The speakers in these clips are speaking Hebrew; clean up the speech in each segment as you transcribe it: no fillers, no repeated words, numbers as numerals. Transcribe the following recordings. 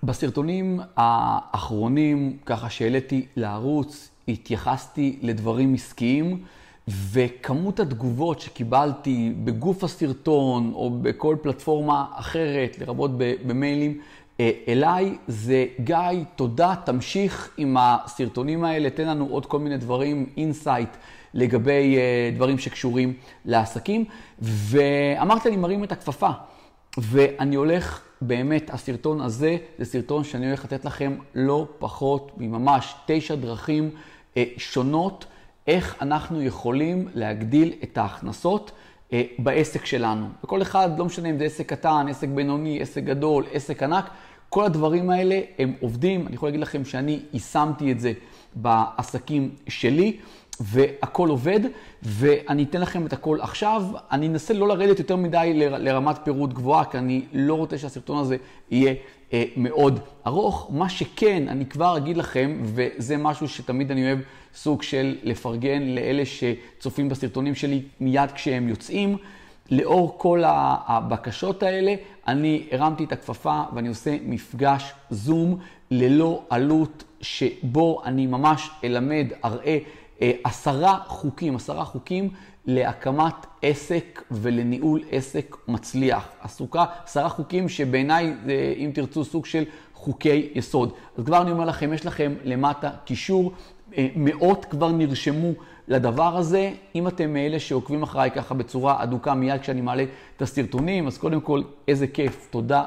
בסרטונים האחרונים, ככה שהעליתי לערוץ, התייחסתי לדברים עסקיים, וכמות התגובות שקיבלתי בגוף הסרטון או בכל פלטפורמה אחרת, לרבות במיילים, אליי זה גיא, תודה, תמשיך עם הסרטונים האלה, תן לנו עוד כל מיני דברים, אינסייט לגבי דברים שקשורים לעסקים, ואמרתי אני מרים את הכפפה, ואני הולך באמת, הסרטון הזה זה סרטון שאני הולך לתת לכם לא פחות מממש 9 דרכים שונות, איך אנחנו יכולים להגדיל את ההכנסות בעסק שלנו. וכל אחד, לא משנה אם זה עסק קטן, עסק בינוני, עסק גדול, עסק ענק, כל הדברים האלה הם עובדים. אני יכול להגיד לכם שאני יישמתי את זה בעסקים שלי, והכל עובד, ואני אתן לכם את הכל עכשיו. אני אנסה לא לרדת יותר מדי לרמת פירוט גבוהה, כי אני לא רוצה שהסרטון הזה יהיה מאוד ארוך. מה שכן, אני כבר אגיד לכם, וזה משהו שתמיד אני אוהב סוג של לפרגן לאלה שצופים בסרטונים שלי מיד כשהם יוצאים. לאור כל הבקשות האלה, אני הרמתי את הכפפה ואני עושה מפגש זום ללא עלות, שבו אני ממש אלמד, אראה 10 חוקים להקמת עסק ולניהול עסק מצליח. 10 חוקים שבעיניי, אם תרצו, סוג של חוקי יסוד. אז כבר אני אומר לכם, יש לכם למטה קישור, מאות כבר נרשמו לדבר הזה. אם אתם מאלה שעוקבים אחריי ככה בצורה אדוקה מיד כשאני מעלה את הסרטונים, אז קודם כל, איזה כיף,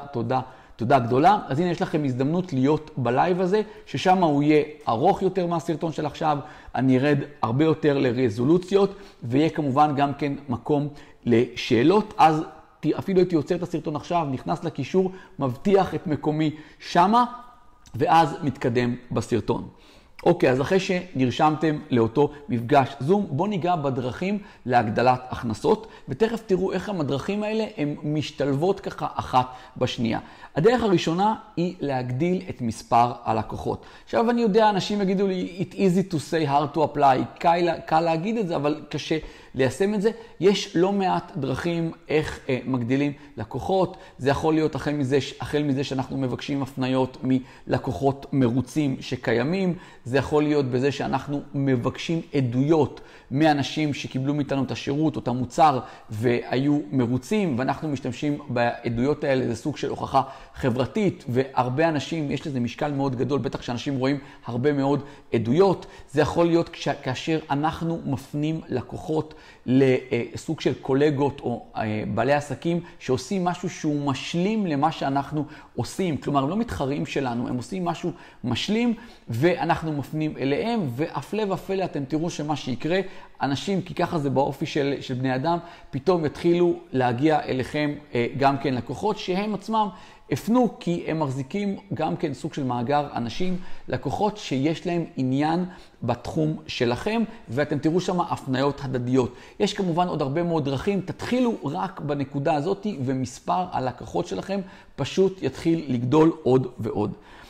תודה גדולה. אז הנה יש לכם הזדמנות להיות בלייב הזה, ששם הוא יהיה ארוך יותר מהסרטון של עכשיו, אני ארד הרבה יותר לרזולוציות, ויהיה כמובן גם כן מקום לשאלות. אז אפילו הייתי יוצר את הסרטון עכשיו, נכנס לקישור, מבטיח את מקומי שמה, ואז מתקדם בסרטון. אוקיי, אז אחרי שנרשמתם לאותו מפגש זום, בואו ניגע בדרכים להגדלת הכנסות, ותכף תראו איך הדרכים האלה הן משתלבות ככה אחת בשנייה. הדרך הראשונה היא להגדיל את מספר הלקוחות. עכשיו אני יודע, אנשים יגידו לי, it's easy to say, hard to apply, קל להגיד את זה, אבל קשה ליישם את זה. יש לא מעט דרכים איך מגדילים לקוחות. זה יכול להיות החל מזה שאנחנו מבקשים הפניות מלקוחות מרוצים שקיימים. זה יכול להיות בזה שאנחנו מבקשים עדויות מאנשים שקיבלו מאיתנו את השירות או את המוצר והיו מרוצים, ואנחנו משתמשים בעדויות האלה. זה סוג של הוכחה חברתית, והרבה אנשים, יש לזה משקל מאוד גדול, בטח שאנשים רואים הרבה מאוד עדויות. זה יכול להיות כאשר אנחנו מפנים לקוחות לסוג של קולגות או בעלי עסקים שעושים משהו שהוא משלים למה שאנחנו עושים. כלומר, הם לא מתחרים שלנו, הם עושים משהו משלים ואנחנו מפנים אליהם, והפלא ופלא אתם תראו שמה שיקרה, אנשים, כי ככה זה באופי של בני אדם, פתאום יתחילו להגיע אליכם גם כן לקוחות שהם עצמם הפנו, כי הם מחזיקים גם כן סוג של מאגר אנשים, לקוחות שיש להם עניין בתחום שלכם, ואתם תראו שם הפניות הדדיות. יש כמובן עוד הרבה מאוד דרכים, תתחילו רק בנקודה הזאת, ומספר הלקוחות שלכם פשוט יתחיל לגדול עוד ועוד.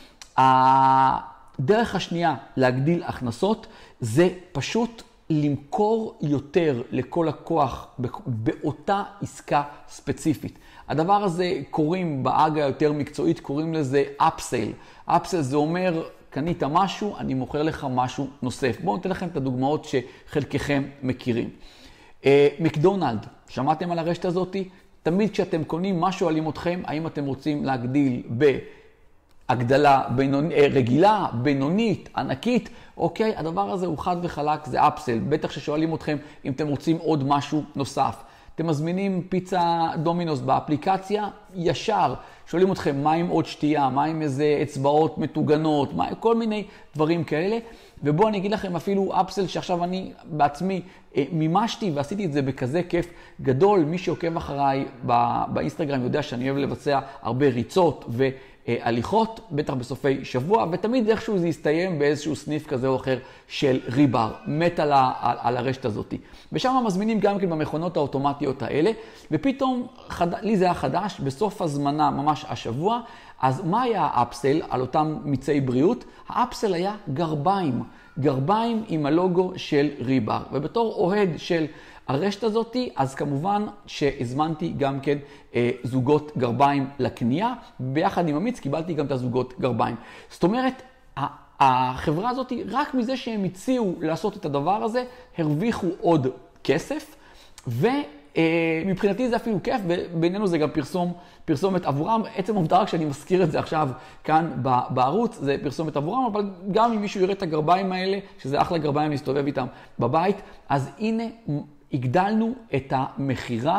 הדרך השנייה להגדיל הכנסות זה פשוט למכור יותר לכל לקוח באותה עסקה ספציפית. הדבר הזה קוראים בעגה יותר מקצועית, קוראים לזה אפסייל. אפסייל זה אומר, קנית משהו, אני מוכר לך משהו נוסף. בואו ניתן לכם את הדוגמאות שחלקכם מכירים. מקדונלד, שמעתם על הרשת הזאת? תמיד כשאתם קונים משהו, שואלים אתכם, האם אתם רוצים להגדיל בהגדלה רגילה, בינונית, ענקית? אוקיי, הדבר הזה הוא חד וחלק, זה אפסייל. בטח ששואלים אתכם אם אתם רוצים עוד משהו נוסף. אתם מזמינים פיצה דומינוס באפליקציה, ישר שואלים אתכם מה עם עוד שתייה, מה עם איזה אצבעות מטוגנות, כל מיני דברים כאלה. ובואו אני אגיד לכם אפילו אפסל שעכשיו אני בעצמי מימשתי ועשיתי את זה בכזה כיף גדול. מי שעוקב אחריי באינסטגרם יודע שאני אוהב לבצע הרבה ריצות והליכות, בטח בסופי שבוע, ותמיד איכשהו זה יסתיים באיזשהו סניף כזה או אחר של ריבר, מת על הרשת הזאת. ושם מזמינים גם כן במכונות האוטומטיות האלה, ופתאום, לי זה היה חדש, בסוף הזמנה ממש השבוע, אז מה היה האפסל על אותם מיצי בריאות? האפסל היה גרביים. גרביים עם הלוגו של ריבר. ובתור אוהד של הרשת הזאת, אז כמובן שהזמנתי גם כן זוגות גרביים לקנייה. ביחד עם המיץ קיבלתי גם את הזוגות גרביים. זאת אומרת, החברה הזאת, רק מזה שהם הציעו לעשות את הדבר הזה, הרוויחו עוד כסף, ומבחינתי זה אפילו כיף, ובינינו זה גם פרסומת עבורם. עצם העובדה רק שאני מזכיר את זה עכשיו כאן בערוץ, זה פרסומת עבורם, אבל גם אם מישהו יראה את הגרביים האלה, שזה אחלה גרביים להסתובב איתם בבית, אז הנה הגדלנו את המחירה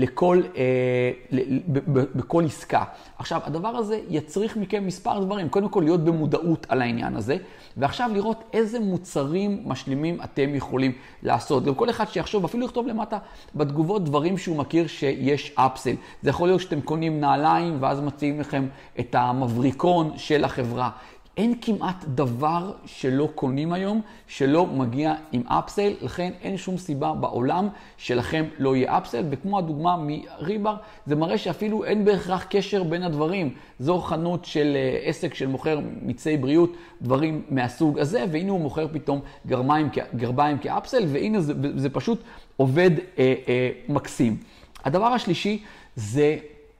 בכל עסקה. עכשיו, הדבר הזה יצריך מכם מספר דברים. קודם כל, להיות במודעות על העניין הזה, ועכשיו לראות איזה מוצרים משלימים אתם יכולים לעשות. גם כל אחד שיחשוב, אפילו לכתוב למטה בתגובות דברים שהוא מכיר שיש אפסל. זה יכול להיות שאתם קונים נעליים, ואז מציעים לכם את המבריקון של החברה. אין כמעט דבר שלא קונים היום, שלא מגיע עם אפסל, לכן אין שום סיבה בעולם שלכם לא יהיה אפסל, וכמו הדוגמה מריבר, זה מראה שאפילו אין בהכרח קשר בין הדברים. זו חנות של עסק של מוכר מיצי בריאות, דברים מהסוג הזה, והנה הוא מוכר פתאום גרביים כאפסל, והנה זה פשוט עובד מקסים. הדבר השלישי זה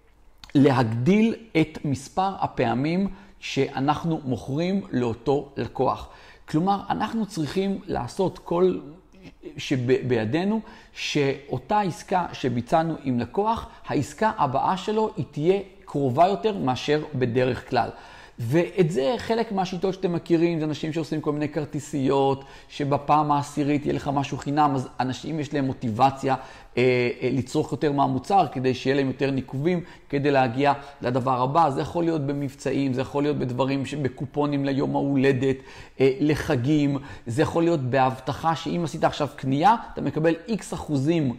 להגדיל את מספר הפעמים שאנחנו מוכרים לאותו לקוח. כלומר, אנחנו צריכים לעשות כל שבידינו, שאותה עסקה שביצענו עם לקוח, העסקה הבאה שלו היא תהיה קרובה יותר מאשר בדרך כלל. ואת זה חלק מהשיטות שאתם מכירים, זה אנשים שעושים כל מיני כרטיסיות, שבפעם העשירית יהיה לך משהו חינם, אז אנשים יש להם מוטיבציה לצרוך יותר מהמוצר, כדי שיהיה להם יותר ניקובים, כדי להגיע לדבר הבא. זה יכול להיות במבצעים, זה יכול להיות בדברים שבקופונים ליום ההולדת, לחגים, זה יכול להיות בהבטחה שאם עשית עכשיו קנייה, אתה מקבל X אחוזים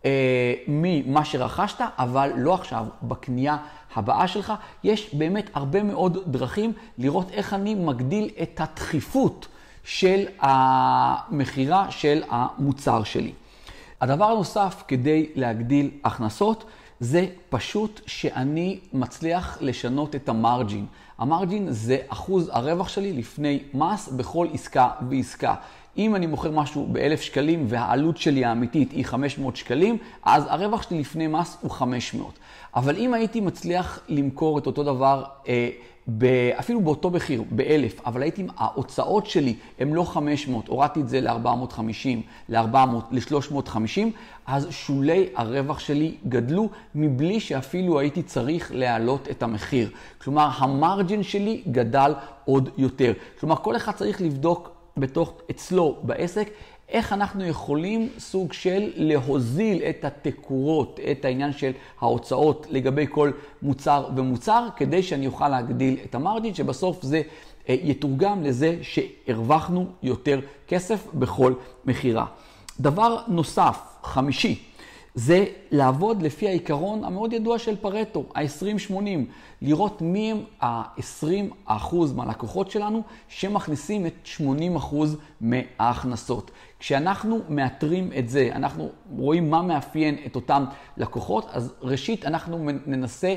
ממה שרכשת, אבל לא עכשיו, בקנייה הבאה שלך. יש באמת הרבה מאוד דרכים לראות איך אני מגדיל את הדחיפות של המחירה של המוצר שלי. הדבר הנוסף כדי להגדיל הכנסות זה פשוט שאני מצליח לשנות את המרג'ין. המרג'ין זה אחוז הרווח שלי לפני מס בכל עסקה ועסקה. אם אני מוכר משהו ב1,000 שקלים והעלות שלי האמיתית היא 500 שקלים, אז הרווח שלי לפני מס הוא 500. אבל אם הייתי מצליח למכור את אותו דבר אפילו באותו מחיר, ב1,000, אבל ההוצאות שלי הן לא 500, הורדתי את זה ל-450, ל-350, אז שולי הרווח שלי גדלו מבלי שאפילו הייתי צריך להעלות את המחיר. כלומר, המרג'ין שלי גדל עוד יותר. כלומר, כל אחד צריך לבדוק אצלו בעסק, איך אנחנו יכולים סוג של להוזיל את התקורות, את העניין של ההוצאות לגבי כל מוצר ומוצר, כדי שאני אוכל להגדיל את המרג'ין, שבסוף זה יתורגם לזה שהרווחנו יותר כסף בכל מחירה. דבר נוסף, חמישי, זה לעבוד לפי העיקרון המאוד ידוע של פרטו, ה-20-80, לראות מי הם ה-20% מהלקוחות שלנו שמכניסים את 80% מההכנסות. כשאנחנו מאתרים את זה, אנחנו רואים מה מאפיין את אותם לקוחות, אז ראשית אנחנו ננסה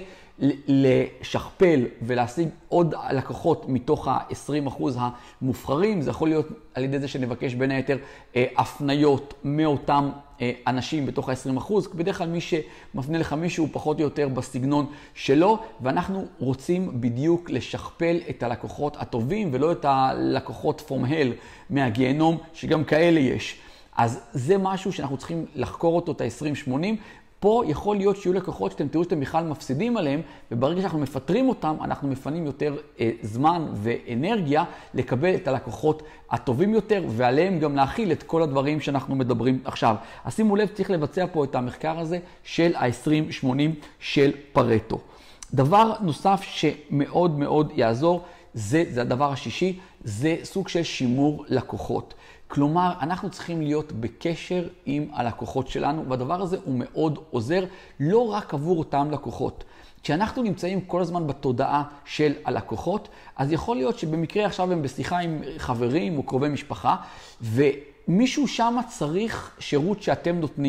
לשכפל ולהשיג עוד לקוחות מתוך ה-20% המובחרים. זה יכול להיות על ידי זה שנבקש בין היתר הפניות מאותם אנשים בתוך ה-20%. בדרך כלל מי שמפנה לך מישהו פחות או יותר בסגנון שלו, ואנחנו רוצים בדיוק לשכפל את הלקוחות הטובים ולא את הלקוחות from hell מהגיהנום, שגם כאלה יש. אז זה משהו שאנחנו צריכים לחקור אותו, את ה-20-80. פה יכול להיות שיהיו לקוחות שאתם תראו שאתם בכלל מפסידים עליהם, וברגע שאנחנו מפטרים אותם, אנחנו מפנים יותר זמן ואנרגיה לקבל את הלקוחות הטובים יותר, ועליהם גם להכיל את כל הדברים שאנחנו מדברים עכשיו. אז שימו לב, צריך לבצע פה את המחקר הזה של ה-20-80 של פרטו. דבר נוסף שמאוד מאוד יעזור, זה הדבר השישי, זה סוג של שימור לקוחות. כלומר, אנחנו צריכים להיות בקשר עם הלקוחות שלנו, והדבר הזה הוא מאוד עוזר, לא רק עבור אותם לקוחות. כשאנחנו נמצאים כל הזמן בתודעה של הלקוחות, אז יכול להיות שבמקרה עכשיו הם בשיחה עם חברים או קרובי משפחה, ומישהו שם צריך שירות שאתם נותנים.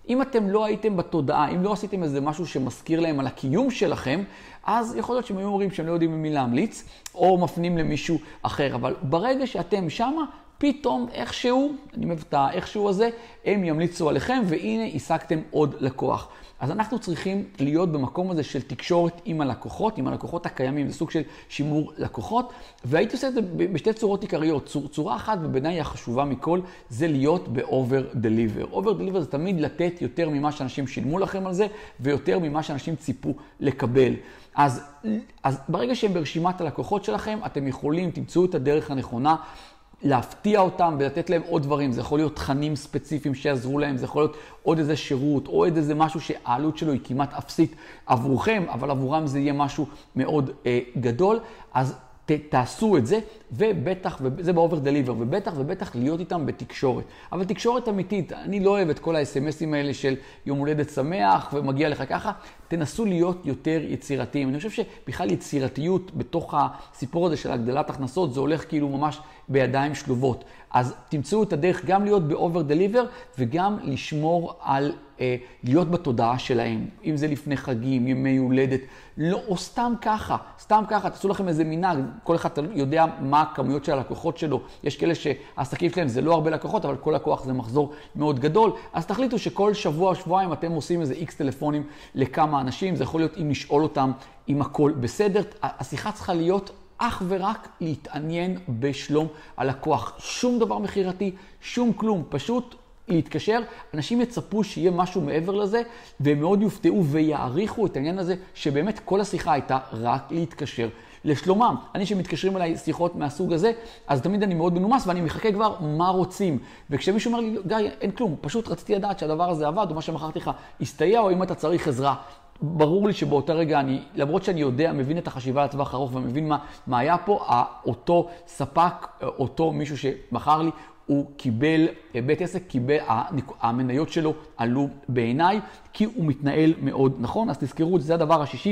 אם אתם לא הייתם בתודעה, אם לא עשיתם איזה משהו שמזכיר להם על הקיום שלכם, אז יכול להיות שהם היו אומרים שהם לא יודעים ממי להמליץ, או מפנים למישהו אחר. אבל ברגע שאתם שמה, פתאום איכשהו, אני אוהב את האיכשהו הזה, הם ימליצו עליכם, והנה השגתם עוד לקוח. אז אנחנו צריכים להיות במקום הזה של תקשורת עם הלקוחות הקיימים, זה סוג של שימור לקוחות, והייתי עושה את זה בשתי צורות עיקריות. צורה אחת, ובעיניי החשובה מכל, זה להיות ב-over deliver. over deliver זה תמיד לתת יותר ממה שאנשים שילמו לכם על זה, ויותר ממה שאנשים ציפו לקבל. אז ברגע שהם ברשימת הלקוחות שלכם, אתם יכולים, תמצאו את הדרך הנכונה, להפתיע אותם ולתת להם עוד דברים. זה יכול להיות תכנים ספציפיים שיעזרו להם, זה יכול להיות עוד איזה שירות, או איזה משהו שהעלות שלו היא כמעט אפסית עבורכם, אבל עבורם זה יהיה משהו מאוד גדול. אז תעשו את זה, ובטח, וזה באובר דליבר, ובטח להיות איתם בתקשורת. אבל תקשורת אמיתית, אני לא אוהב את כל ה-SMSים האלה של יום הולדת שמח ומגיע לך ככה, תנסו להיות יותר יצירתיים. אני חושב שבכלל יצירתיות בתוך הסיפור הזה של הגדלת הכנסות, זה הולך כאילו ממש בידיים שלובות. אז תמצאו את הדרך גם להיות באובר דליבר, וגם לשמור על להיות בתודעה שלהם. אם זה לפני חגים, ימי הולדת, לא, או סתם ככה, תעשו לכם איזה מנהג, כל אחד יודע מה הכמויות של הלקוחות שלו. יש כאלה שהעסקים שלהם זה לא הרבה לקוחות, אבל כל לקוח זה מחזור מאוד גדול. אז תחליטו שכל שבוע או שבועיים אתם עושים איזה X טלפונים לכמה אנשים. זה יכול להיות אם לשאול אותם אם הכל בסדר. השיחה צריכה להיות אך ורק להתעניין בשלום הלקוח. שום דבר מחירתי, שום כלום, פשוט להתקשר. אנשים יצפו שיהיה משהו מעבר לזה, והם מאוד יופתעו ויעריכו את העניין הזה, שבאמת כל השיחה הייתה רק להתקשר לשלומם. אני שמתקשרים אליי שיחות מהסוג הזה, אז תמיד אני מאוד מנומס, ואני מחכה כבר מה רוצים. וכשמישהו אומר לי, גיא, אין כלום, פשוט רציתי לדעת שהדבר הזה עבד, או מה שמכרתי לך הסתייע, או אם אתה צריך עזרה. ברור לי שבאותה רגע למרות שאני יודע, מבין את החשיבה לטווח ארוך, ומבין מה היה פה, אותו ספק, אותו מישהו שמכר לי, הוא קיבל, בית עסק קיבל, המניות שלו עלו בעיניי, כי הוא מתנהל מאוד נכון. אז תזכרו, זה הדבר השישי,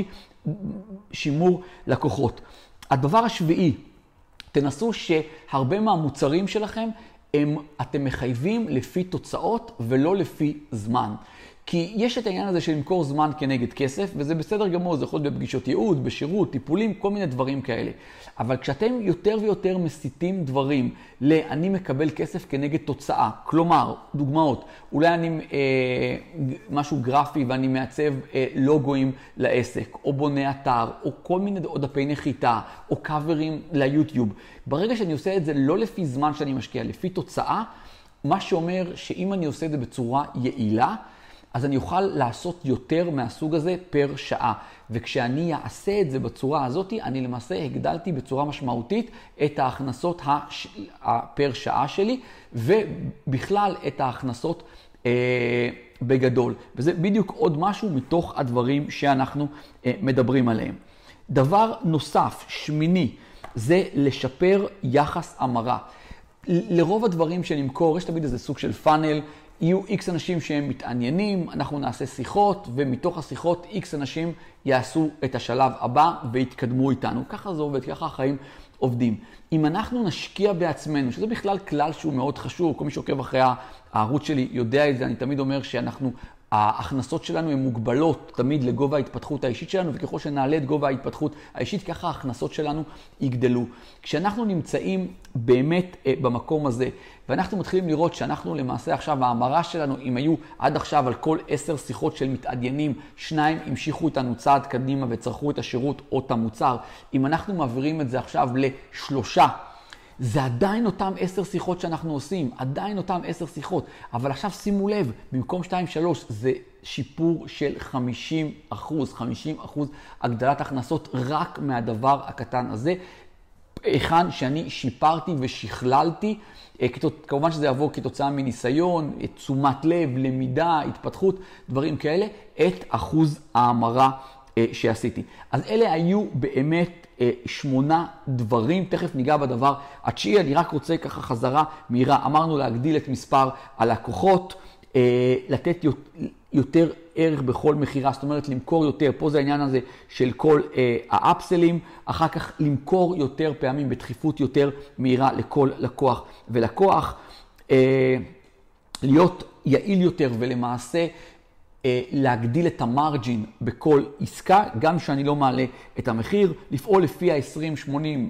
שימור לקוחות. הדבר השביעי, תנסו שהרבה מהמוצרים שלכם, אתם מחייבים לפי תוצאות ולא לפי זמן. כי יש את העניין הזה של למכור זמן כנגד כסף, וזה בסדר גמור, זה יכול להיות בפגישות ייעוד, בשירות, טיפולים, כל מיני דברים כאלה. אבל כשאתם יותר ויותר מסיטים דברים אני מקבל כסף כנגד תוצאה, כלומר, דוגמאות, אולי אני משהו גרפי ואני מעצב לוגויים לעסק, או בונה אתר, או כל מיני עוד דפי נחיתה, או קאברים ליוטיוב. ברגע שאני עושה את זה לא לפי זמן שאני משקיע, לפי תוצאה, מה שאומר שאם אני עושה את זה בצורה יעילה, אז אני אוכל לעשות יותר מהסוג הזה פר שעה. וכשאני אעשה את זה בצורה הזאת, אני למעשה הגדלתי בצורה משמעותית את ההכנסות פר שעה שלי, ובכלל את ההכנסות בגדול. וזה בדיוק עוד משהו מתוך הדברים שאנחנו מדברים עליהם. דבר נוסף, שמיני, זה לשפר יחס המרה. לרוב הדברים שנמכור, יש תמיד איזה סוג של פאנל, יהיו X אנשים שהם מתעניינים, אנחנו נעשה שיחות, ומתוך השיחות X אנשים יעשו את השלב הבא ויתקדמו איתנו. ככה זה עובד, ככה החיים עובדים. אם אנחנו נשקיע בעצמנו, שזה בכלל כלל שהוא מאוד חשוב, כל מי שעוקב אחרי הערוץ שלי יודע את זה, אני תמיד אומר ההכנסות שלנו הן מוגבלות תמיד לגובה ההתפתחות האישית שלנו, וככל שנעלה את גובה ההתפתחות האישית, ככה ההכנסות שלנו יגדלו. כשאנחנו נמצאים באמת במקום הזה, ואנחנו מתחילים לראות שאנחנו למעשה עכשיו, ההמרה שלנו, אם היו עד עכשיו על כל 10 שיחות של מתעניינים, 2 המשיכו איתנו צעד קדימה וצרכו את השירות או את המוצר, אם אנחנו מעבירים את זה עכשיו ל3, זה עדיין אותם 10 שיחות שאנחנו עושים, עדיין אותם 10 שיחות, אבל עכשיו שימו לב, במקום 2-3 זה שיפור של 50%, 50% הגדלת הכנסות רק מהדבר הקטן הזה, היכן שאני שיפרתי ושכללתי, כמובן שזה יעבור כתוצאה מניסיון, תשומת לב, למידה, התפתחות, דברים כאלה, את אחוז ההמרה שעשיתי. אז אלה היו באמת 8 דברים, תכף ניגע בדבר התשיעי, אני רק רוצה ככה חזרה מהירה, אמרנו להגדיל את מספר הלקוחות, לתת יותר ערך בכל מחירה, זאת אומרת למכור יותר, פה זה העניין הזה של כל האפסלים, אחר כך למכור יותר פעמים בדחיפות יותר מהירה לכל לקוח ולקוח, להיות יעיל יותר ולמעשה להגדיל את המרג'ין בכל עסקה, גם שאני לא מעלה את המחיר, לפעול לפי ה-20-80,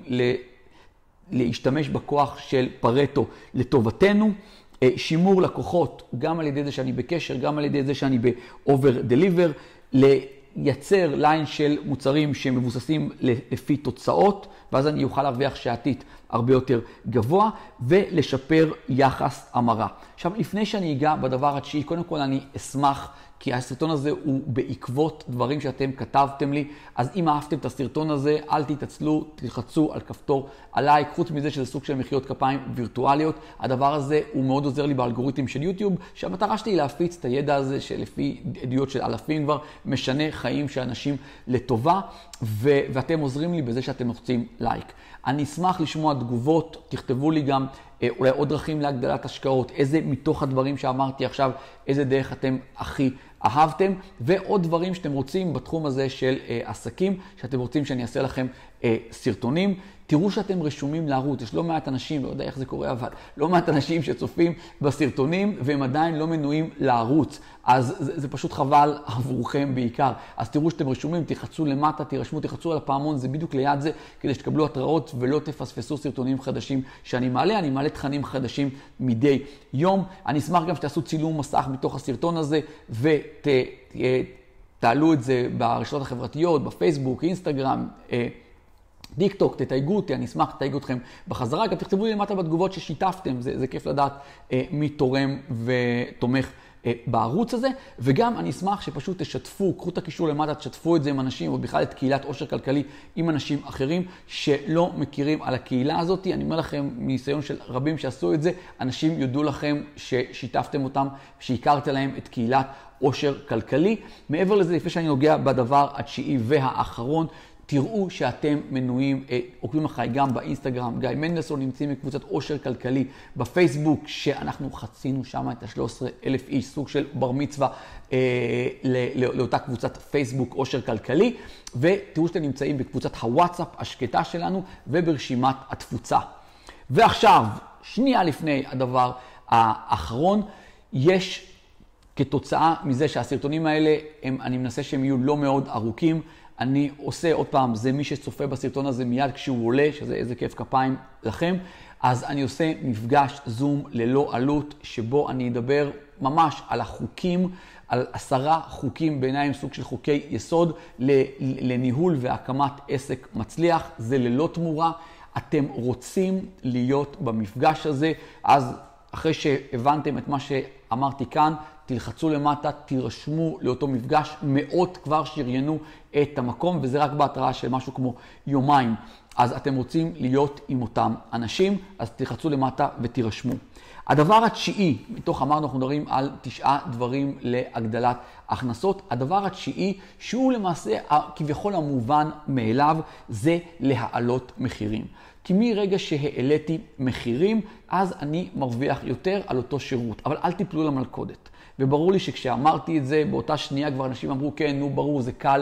להשתמש בכוח של פרטו לטובתנו, שימור לקוחות, גם על ידי זה שאני בקשר, גם על ידי זה שאני ב-over deliver, לייצר ליין של מוצרים שמבוססים לפי תוצאות, ואז אני אוכל להרוויח שעתית הרבה יותר גבוה, ולשפר יחס המרה. עכשיו, לפני שאני אגע בדבר התשיעי, קודם כל אני אשמח, כי הסרטון הזה הוא בעקבות דברים שאתם כתבתם לי, אז אם אהבתם את הסרטון הזה, אל תתעצלו, תלחצו על כפתור הלייק, חוץ מזה שזה סוג של מחיאות כפיים וירטואליות. הדבר הזה הוא מאוד עוזר לי באלגוריתם של יוטיוב, שהמטרה שלי היא להפיץ את הידע הזה, שלפי עדויות של אלפים כבר, משנה חיים של אנשים לטובה, ואתם עוזרים לי בזה שאתם לוחצים לייק. אני אשמח לשמוע תגובות, תכתבו לי גם אולי עוד דרכים להגדלת השקעות, איזה מתוך הדברים שאמרתי עכשיו, איזה דרך אתם הכי אהבתם, ועוד דברים שאתם רוצים בתחום הזה של עסקים, שאתם רוצים שאני אעשה לכם סרטונים. תראו שאתם רשומים לערוץ, יש לא מעט אנשים, לא יודע איך זה קורה, אבל לא מעט אנשים שצופים בסרטונים והם עדיין לא מנויים לערוץ, אז זה פשוט חבל עבורכם בעיקר. אז תראו שאתם רשומים, תחצו למטה, תירשמו, תחצו על הפעמון, זה בדיוק ליד זה, כדי שתקבלו התראות ולא תפספסו סרטונים חדשים שאני מעלה. אני מעלה תכנים חדשים מדי יום. אני אשמח גם שתעשו צילום מסך מתוך הסרטון הזה ותעלו את זה ברשתות החברתיות, בפייסבוק, אינסטגרם, טיק טוק, תתייגו אותי, אני אשמח לתייג אתכם בחזרה. גם תכתבו לי למטה בתגובות ששיתפתם, זה כיף לדעת מי תורם ותומך בערוץ הזה. וגם אני אשמח שפשוט תשתפו, קחו את הקישור למטה, תשתפו את זה עם אנשים, או בכלל את קהילת עושר כלכלי עם אנשים אחרים שלא מכירים על הקהילה הזאת. אני אומר לכם, מניסיון של רבים שעשו את זה, אנשים יודו לכם ששיתפתם אותם, שהכרתם להם את קהילת עושר כלכלי. מעבר לזה, לפני שאני נוגע בדבר התשיעי והאחרון, תראו שאתם מנויים, עוקבים אחרי גם באינסטגרם, גיא מנדלסון, נמצאים בקבוצת עושר כלכלי בפייסבוק, שאנחנו חצינו שם את ה-13,000 איש, סוג של בר מצווה לאותה קבוצת פייסבוק עושר כלכלי, ותראו שאתם נמצאים בקבוצת הוואטסאפ השקטה שלנו וברשימת התפוצה. ועכשיו, שנייה לפני הדבר האחרון, יש כתוצאה מזה שהסרטונים האלה, אני מנסה שהם יהיו לא מאוד ארוכים, אני עושה עוד פעם, זה מי שצופה בסרטון הזה מיד כשהוא עולה, שזה איזה כיף כפיים לכם, אז אני עושה מפגש זום ללא עלות, שבו אני אדבר ממש על החוקים, על 10 חוקים בעיניים, סוג של חוקי יסוד, לניהול והקמת עסק מצליח. זה ללא תמורה. אתם רוצים להיות במפגש הזה, אז אחרי שהבנתם את מה שאמרתי כאן, תלחצו למטה, תירשמו לאותו מפגש. מאות כבר שריינו את המקום, וזה רק בהתראה של משהו כמו יומיים. אז אתם רוצים להיות עם אותם אנשים, אז תלחצו למטה ותירשמו. הדבר התשיעי, מתוך אמרנו, אנחנו מדברים על 9 דברים להגדלת הכנסות. הדבר התשיעי, שהוא למעשה כביכול המובן מאליו, זה להעלות מחירים. כי מרגע שהעליתי מחירים, אז אני מרוויח יותר על אותו שירות. אבל אל תיפלו למלכודת. וברור לי שכשאמרתי את זה, באותה שנייה כבר אנשים אמרו, כן, נו ברור, זה קל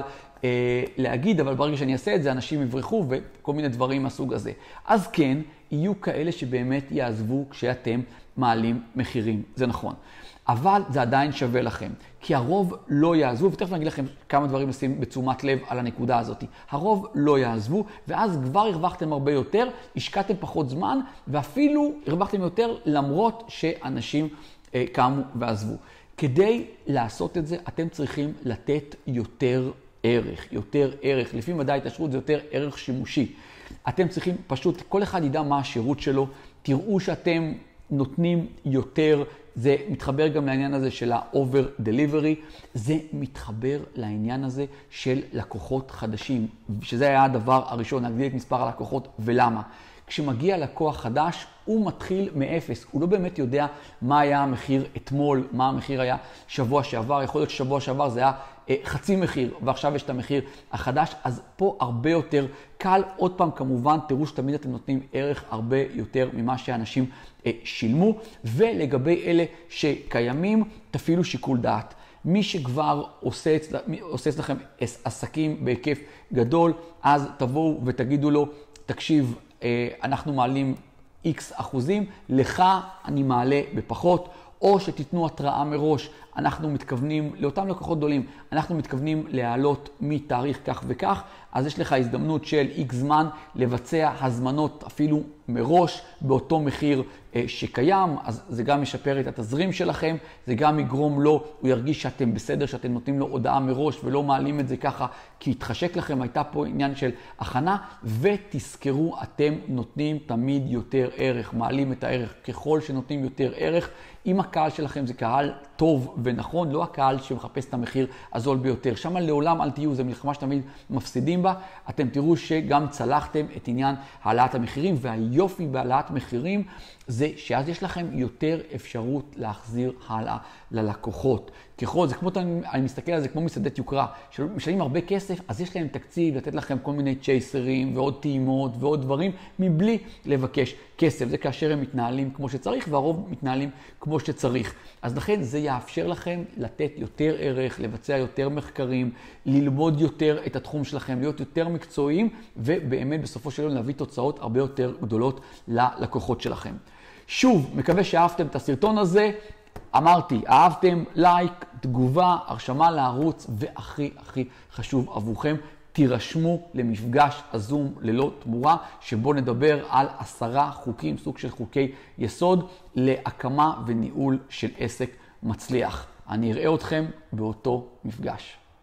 להגיד, אבל ברגע שאני אעשה את זה, אנשים יברחו וכל מיני דברים מהסוג הזה. אז כן, יהיו כאלה שבאמת יעזבו כשאתם מעלים מחירים. זה נכון. אבל זה עדיין שווה לכם, כי הרוב לא יעזבו, ותכף אני אגיד לכם כמה דברים לשים בתשומת לב על הנקודה הזאת. הרוב לא יעזבו, ואז כבר הרווחתם הרבה יותר, השקעתם פחות זמן, ואפילו הרווחתם יותר למרות שאנשים קמו ועזבו. כדי לעשות את זה, אתם צריכים לתת יותר ערך, יותר ערך. לפי מדעי ההתעשרות זה יותר ערך שימושי. אתם צריכים פשוט, כל אחד ידע מה השירות שלו, תראו שאתם נותנים יותר, זה מתחבר גם לעניין הזה של ה-over delivery, זה מתחבר לעניין הזה של לקוחות חדשים, שזה היה הדבר הראשון, להגדיל את מספר הלקוחות. ולמה? כשמגיע לקוח חדש, הוא מתחיל מאפס. הוא לא באמת יודע מה היה המחיר אתמול, מה המחיר היה שבוע שעבר. יכול להיות ששבוע שעבר זה היה חצי מחיר, ועכשיו יש את המחיר החדש. אז פה הרבה יותר קל. עוד פעם, כמובן, תראו שתמיד אתם נותנים ערך הרבה יותר ממה שאנשים שילמו. ולגבי אלה שקיימים, תפעילו שיקול דעת. מי שכבר עושה אצלכם עסקים בהיקף גדול, אז תבואו ותגידו לו, תקשיב, אנחנו מעלים X אחוזים, לך אני מעלה בפחות, או שתיתנו התראה מראש. אנחנו מתכוונים, לאותם לקוחות גדולים, אנחנו מתכוונים להעלות מתאריך כך וכך, אז יש לך הזדמנות של X זמן לבצע הזמנות אפילו מראש באותו מחיר שקיים, אז זה גם ישפר את התזרים שלכם, זה גם יגרום לו, הוא ירגיש שאתם בסדר, שאתם נותנים לו הודעה מראש ולא מעלים את זה ככה, כי התחשק לכם, הייתה פה עניין של הכנה, ותזכרו, אתם נותנים תמיד יותר ערך, מעלים את הערך ככל שנותנים יותר ערך. אם הקהל שלכם זה קהל טוב ונכון, לא הקהל שמחפש את המחיר הזול ביותר. שם לעולם אל תהיו, זו מלחמה שתמיד מפסידים בה. אתם תראו שגם צלחתם את עניין העלאת המחירים, והיופי בהעלאת מחירים זה שאז יש לכם יותר אפשרות להחזיר הלאה ללקוחות. ככל, זה כמו, אני מסתכל על זה כמו מסעדת יוקרה, שמשלמים הרבה כסף, אז יש להם תקציב לתת לכם כל מיני צ'ייסרים ועוד טעימות ועוד דברים, מבלי לבקש כסף. זה כאשר הם מתנהלים כמו שצריך, והרוב מתנהלים כמו שצריך. אז לכן זה יאפשר לכם לתת יותר ערך, לבצע יותר מחקרים, ללמוד יותר את התחום שלכם, להיות יותר מקצועיים, ובאמת בסופו של יום להביא תוצאות הרבה יותר גדולות ללקוחות שלכם. שוב, מקווה שאהבתם את הסרטון הזה. אמרתי, אהבתם, לייק, תגובה, הרשמה לערוץ, והכי חשוב עבורכם, תירשמו למפגש הזום ללא תמורה, שבו נדבר על 10 חוקים, סוג של חוקי יסוד, להקמה וניהול של עסק מצליח. אני אראה אתכם באותו מפגש.